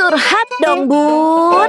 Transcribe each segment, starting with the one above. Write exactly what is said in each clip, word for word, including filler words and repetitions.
Curhat dong Bun.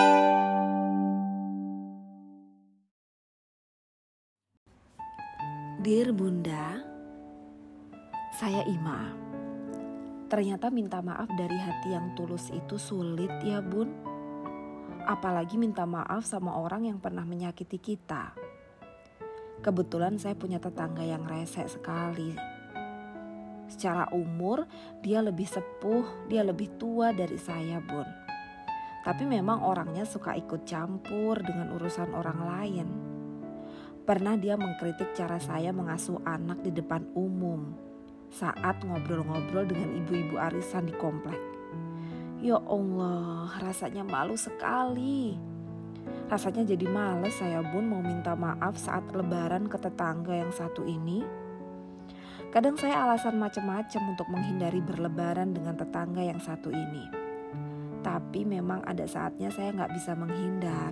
Dear Bunda, saya Ima. Ternyata minta maaf dari hati yang tulus itu sulit ya Bun. Apalagi minta maaf sama orang yang pernah menyakiti kita. Kebetulan saya punya tetangga yang rese sekali. Secara umur dia lebih sepuh, dia lebih tua dari saya Bun. Tapi memang orangnya suka ikut campur dengan urusan orang lain. Pernah dia mengkritik cara saya mengasuh anak di depan umum saat ngobrol-ngobrol dengan ibu-ibu arisan di komplek. Ya Allah, rasanya malu sekali. Rasanya jadi males saya Bun mau minta maaf saat lebaran ke tetangga yang satu ini. Kadang saya alasan macam-macam untuk menghindari berlebaran dengan tetangga yang satu ini. Tapi memang ada saatnya saya gak bisa menghindar.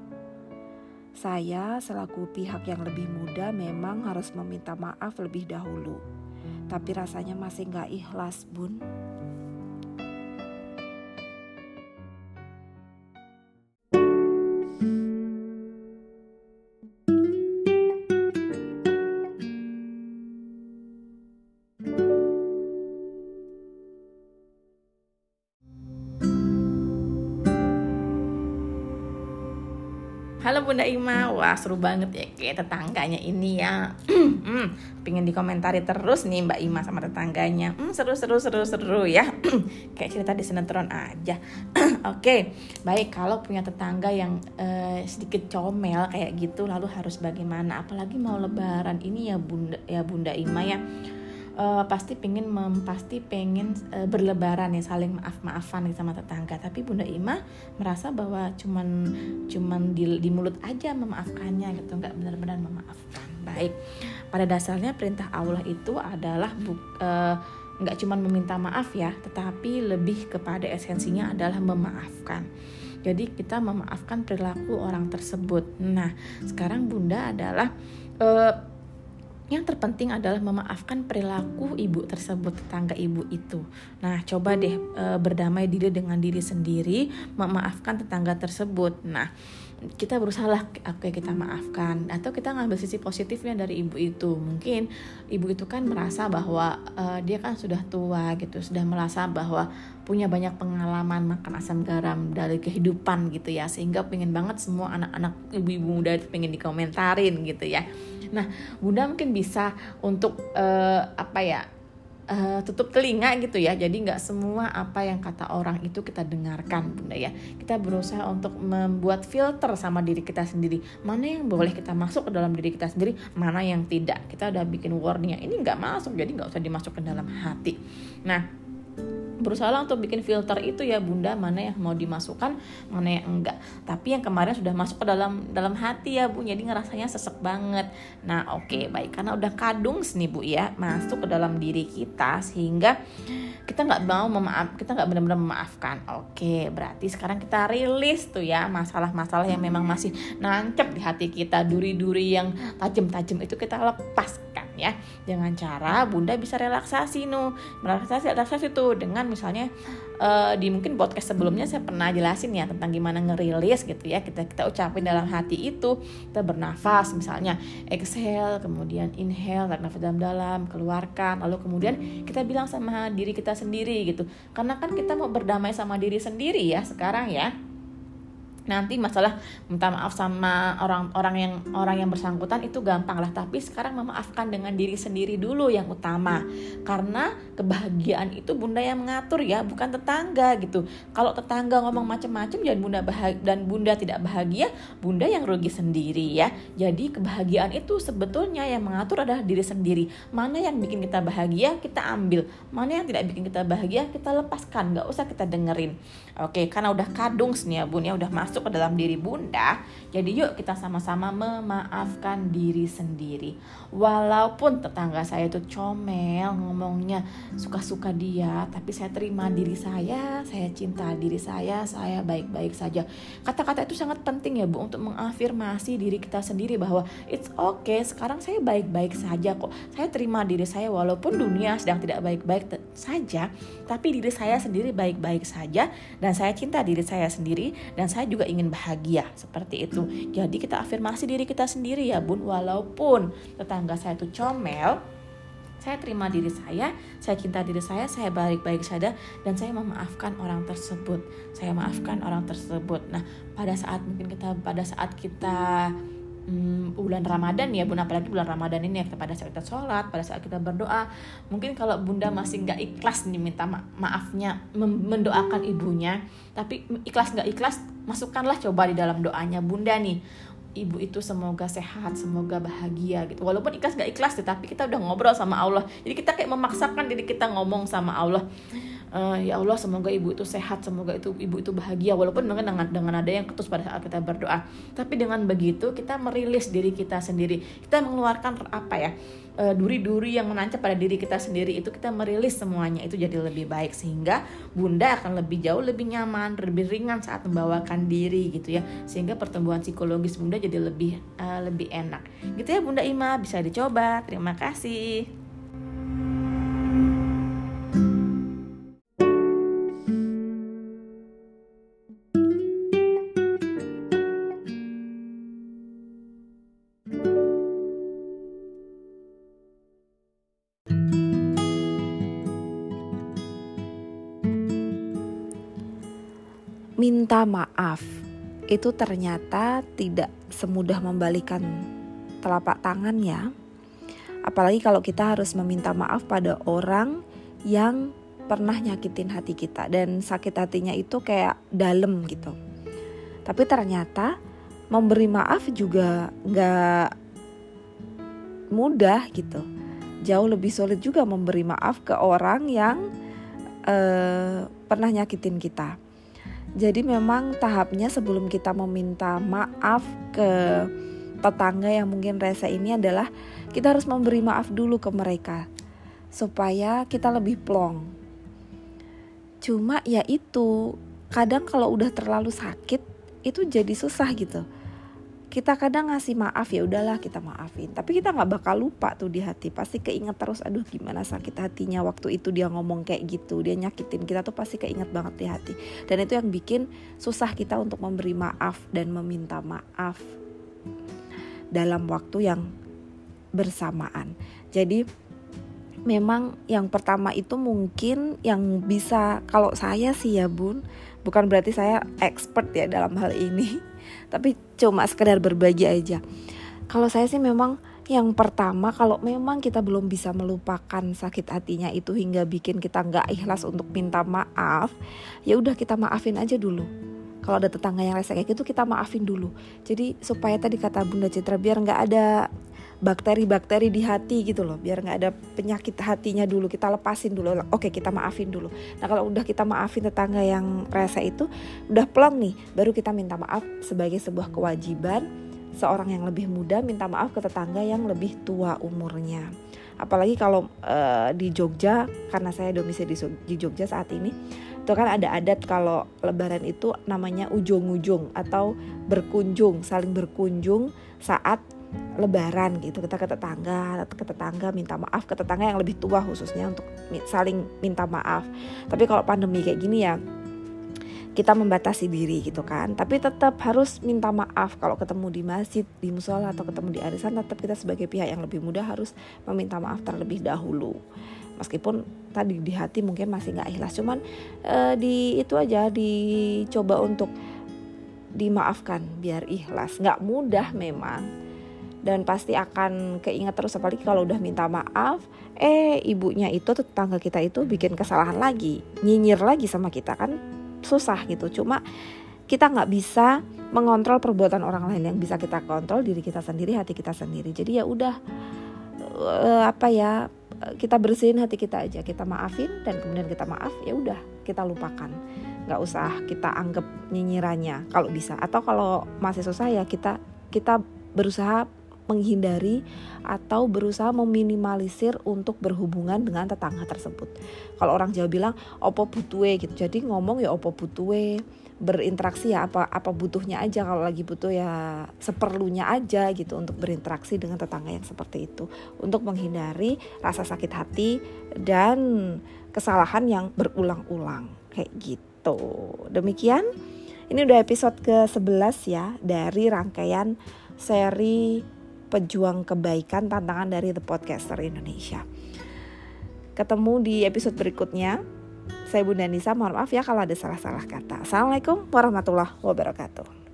Saya selaku pihak yang lebih muda memang harus meminta maaf lebih dahulu. Tapi rasanya masih gak ikhlas Bun. Halo Bunda Ima, wah seru banget ya kayak tetangganya ini ya. hmm, Pengen dikomentari terus nih Mbak Ima sama tetangganya. hmm, Seru seru seru seru ya. Kayak cerita di sinetron aja. Oke, baik, kalau punya tetangga yang uh, sedikit comel kayak gitu, lalu harus bagaimana? Apalagi mau lebaran ini ya Bunda ya Bunda Ima ya. Uh, pasti pengen mem, pasti pengen uh, berlebaran ya, saling maaf-maafan sama tetangga. Tapi Bunda Ima merasa bahwa cuman cuman di, di mulut aja memaafkannya gitu, nggak benar-benar memaafkan. Baik, pada dasarnya perintah Allah itu adalah bu, uh, nggak cuman meminta maaf ya, tetapi lebih kepada esensinya adalah memaafkan. Jadi kita memaafkan perilaku orang tersebut. Nah, sekarang Bunda adalah uh, yang terpenting adalah memaafkan perilaku ibu tersebut, tetangga ibu itu. Nah, coba deh e, berdamai diri dengan diri sendiri, memaafkan tetangga tersebut. Nah, kita berusaha lah, oke kita maafkan. Atau kita ngambil sisi positifnya dari ibu itu. Mungkin ibu itu kan merasa bahwa e, dia kan sudah tua gitu, sudah merasa bahwa punya banyak pengalaman makan asam garam dari kehidupan gitu ya. Sehingga pengen banget semua anak-anak ibu-ibu muda itu pengen dikomentarin gitu ya. Nah, Bunda mungkin bisa untuk uh, apa ya uh, tutup telinga gitu ya. Jadi nggak semua apa yang kata orang itu kita dengarkan Bunda ya. Kita berusaha untuk membuat filter sama diri kita sendiri. Mana yang boleh kita masuk ke dalam diri kita sendiri, mana yang tidak. Kita udah bikin warningnya, ini nggak masuk, jadi nggak usah dimasuk ke dalam hati. Nah, berusaha untuk bikin filter itu ya Bunda, mana yang mau dimasukkan, mana yang enggak. Tapi yang kemarin sudah masuk ke dalam dalam hati ya Bu, jadi ngerasanya sesek banget. Nah oke okay, baik, karena udah kadung nih Bu ya, masuk ke dalam diri kita sehingga kita nggak mau memaaf, kita nggak benar-benar memaafkan. Oke, okay, berarti sekarang kita rilis tuh ya masalah-masalah yang memang masih nancep di hati kita, duri-duri yang tajam-tajam itu kita lepaskan ya, dengan cara Bunda bisa relaksasi nu, relaksasi relaksasi tuh dengan misalnya uh, di mungkin podcast sebelumnya saya pernah jelasin ya tentang gimana ngerilis gitu ya, kita kita ucapin dalam hati itu, kita bernafas misalnya exhale, kemudian inhale, tarik nafas dalam-dalam, keluarkan, lalu kemudian kita bilang sama diri kita sendiri gitu, karena kan kita mau berdamai sama diri sendiri ya sekarang ya. Nanti masalah minta maaf sama orang-orang yang orang yang bersangkutan itu gampang lah, tapi sekarang memaafkan dengan diri sendiri dulu yang utama. Karena kebahagiaan itu Bunda yang mengatur ya, bukan tetangga gitu. Kalau tetangga ngomong macam-macam dan Bunda bahagia, dan Bunda tidak bahagia, Bunda yang rugi sendiri ya. Jadi kebahagiaan itu sebetulnya yang mengatur adalah diri sendiri. Mana yang bikin kita bahagia, kita ambil. Mana yang tidak bikin kita bahagia, kita lepaskan, enggak usah kita dengerin. Oke, karena udah kadung nih ya Bun ya, udah masuk masuk ke dalam diri bunda. Jadi yuk kita sama-sama memaafkan diri sendiri. Walaupun tetangga saya itu comel, ngomongnya suka-suka dia, tapi saya terima diri saya, saya cinta diri saya, saya baik-baik saja. Kata-kata itu sangat penting ya Bu, untuk mengafirmasi diri kita sendiri bahwa it's okay, sekarang saya baik-baik saja kok. Saya terima diri saya walaupun dunia sedang tidak baik-baik te- saja, tapi diri saya sendiri baik-baik saja, dan saya cinta diri saya sendiri, dan saya juga ingin bahagia, seperti itu. Jadi kita afirmasi diri kita sendiri ya Bun, walaupun tetangga saya itu comel, saya terima diri saya, saya cinta diri saya, saya baik-baik saja, dan saya memaafkan orang tersebut. Saya maafkan orang tersebut. Nah, pada saat mungkin kita pada saat kita Hmm, bulan Ramadan ya Bunda, apalagi bulan Ramadan ini ya, pada saat kita sholat, pada saat kita berdoa, mungkin kalau Bunda masih nggak ikhlas nih minta ma- maafnya, mem- mendoakan ibunya, tapi ikhlas nggak ikhlas, masukkanlah coba di dalam doanya Bunda nih, ibu itu semoga sehat, semoga bahagia gitu. Walaupun ikhlas nggak ikhlas, tetapi kita udah ngobrol sama Allah, jadi kita kayak memaksakan diri kita ngomong sama Allah. Uh, ya Allah, semoga ibu itu sehat, semoga itu ibu itu bahagia, walaupun dengan dengan dengan ada yang ketus pada saat kita berdoa. Tapi dengan begitu kita merilis diri kita sendiri, kita mengeluarkan apa ya uh, duri-duri yang menancap pada diri kita sendiri, itu kita merilis semuanya, itu jadi lebih baik, sehingga Bunda akan lebih jauh lebih nyaman, lebih ringan saat membawakan diri gitu ya, sehingga pertumbuhan psikologis Bunda jadi lebih uh, lebih enak gitu ya Bunda Ima. Bisa dicoba. Terima kasih. Minta maaf itu ternyata tidak semudah membalikan telapak tangan ya. Apalagi kalau kita harus meminta maaf pada orang yang pernah nyakitin hati kita, dan sakit hatinya itu kayak dalam gitu. Tapi ternyata memberi maaf juga gak mudah gitu. Jauh lebih sulit juga memberi maaf ke orang yang uh, pernah nyakitin kita. Jadi memang tahapnya sebelum kita meminta maaf ke tetangga yang mungkin rese ini adalah kita harus memberi maaf dulu ke mereka supaya kita lebih plong. Cuma ya itu, kadang kalau udah terlalu sakit itu jadi susah gitu. Kita kadang ngasih maaf, ya udahlah kita maafin, tapi kita nggak bakal lupa tuh di hati, pasti keinget terus, aduh gimana sakit hatinya waktu itu dia ngomong kayak gitu, dia nyakitin kita tuh pasti keinget banget di hati. Dan itu yang bikin susah kita untuk memberi maaf dan meminta maaf dalam waktu yang bersamaan. Jadi memang yang pertama itu mungkin yang bisa, kalau saya sih ya Bun, bukan berarti saya expert ya dalam hal ini, tapi cuma sekedar berbagi aja. Kalau saya sih memang yang pertama, kalau memang kita belum bisa melupakan sakit hatinya itu hingga bikin kita nggak ikhlas untuk minta maaf, ya udah kita maafin aja dulu. Kalau ada tetangga yang rese kayak gitu, kita maafin dulu. Jadi supaya tadi kata Bunda Citra, biar nggak ada bakteri-bakteri di hati gitu loh, biar nggak ada penyakit hatinya dulu, kita lepasin dulu. Oke, kita maafin dulu. Nah kalau udah kita maafin tetangga yang rese itu, udah plong nih, baru kita minta maaf sebagai sebuah kewajiban seorang yang lebih muda minta maaf ke tetangga yang lebih tua umurnya. Apalagi kalau uh, di Jogja, karena saya domisili di Jogja saat ini, itu kan ada adat kalau lebaran itu namanya ujung-ujung atau berkunjung, saling berkunjung saat lebaran gitu. Kita ke tetangga, ke tetangga minta maaf ke tetangga yang lebih tua khususnya untuk saling minta maaf. Tapi kalau pandemi kayak gini ya kita membatasi diri gitu kan. Tapi tetap harus minta maaf kalau ketemu di masjid, di musola atau ketemu di arisan, tetap kita sebagai pihak yang lebih muda harus meminta maaf terlebih dahulu. Meskipun tadi di hati mungkin masih gak ikhlas, cuman eh, di itu aja dicoba untuk dimaafkan biar ikhlas. Gak mudah memang, dan pasti akan keinget terus, apalagi kalau udah minta maaf eh ibunya itu, tetangga kita itu bikin kesalahan lagi, nyinyir lagi sama kita, kan susah gitu. Cuma kita gak bisa mengontrol perbuatan orang lain, yang bisa kita kontrol diri kita sendiri, hati kita sendiri. Jadi ya udah uh, apa ya kita bersihin hati kita aja, kita maafin dan kemudian kita maaf, ya udah kita lupakan. nggak usah kita anggap nyinyirannya kalau bisa. Atau kalau masih susah ya kita kita berusaha menghindari atau berusaha meminimalisir untuk berhubungan dengan tetangga tersebut. Kalau orang Jawa bilang opo butuhe gitu, jadi ngomong ya opo butuhe, berinteraksi ya apa apa butuhnya aja. Kalau lagi butuh ya seperlunya aja gitu untuk berinteraksi dengan tetangga yang seperti itu, untuk menghindari rasa sakit hati dan kesalahan yang berulang-ulang kayak gitu. Demikian, ini udah episode ke sebelas ya dari rangkaian seri Pejuang Kebaikan, tantangan dari The Podcaster Indonesia. Ketemu di episode berikutnya. Saya Bunda Nisa, mohon maaf ya kalau ada salah-salah kata. Assalamualaikum warahmatullahi wabarakatuh.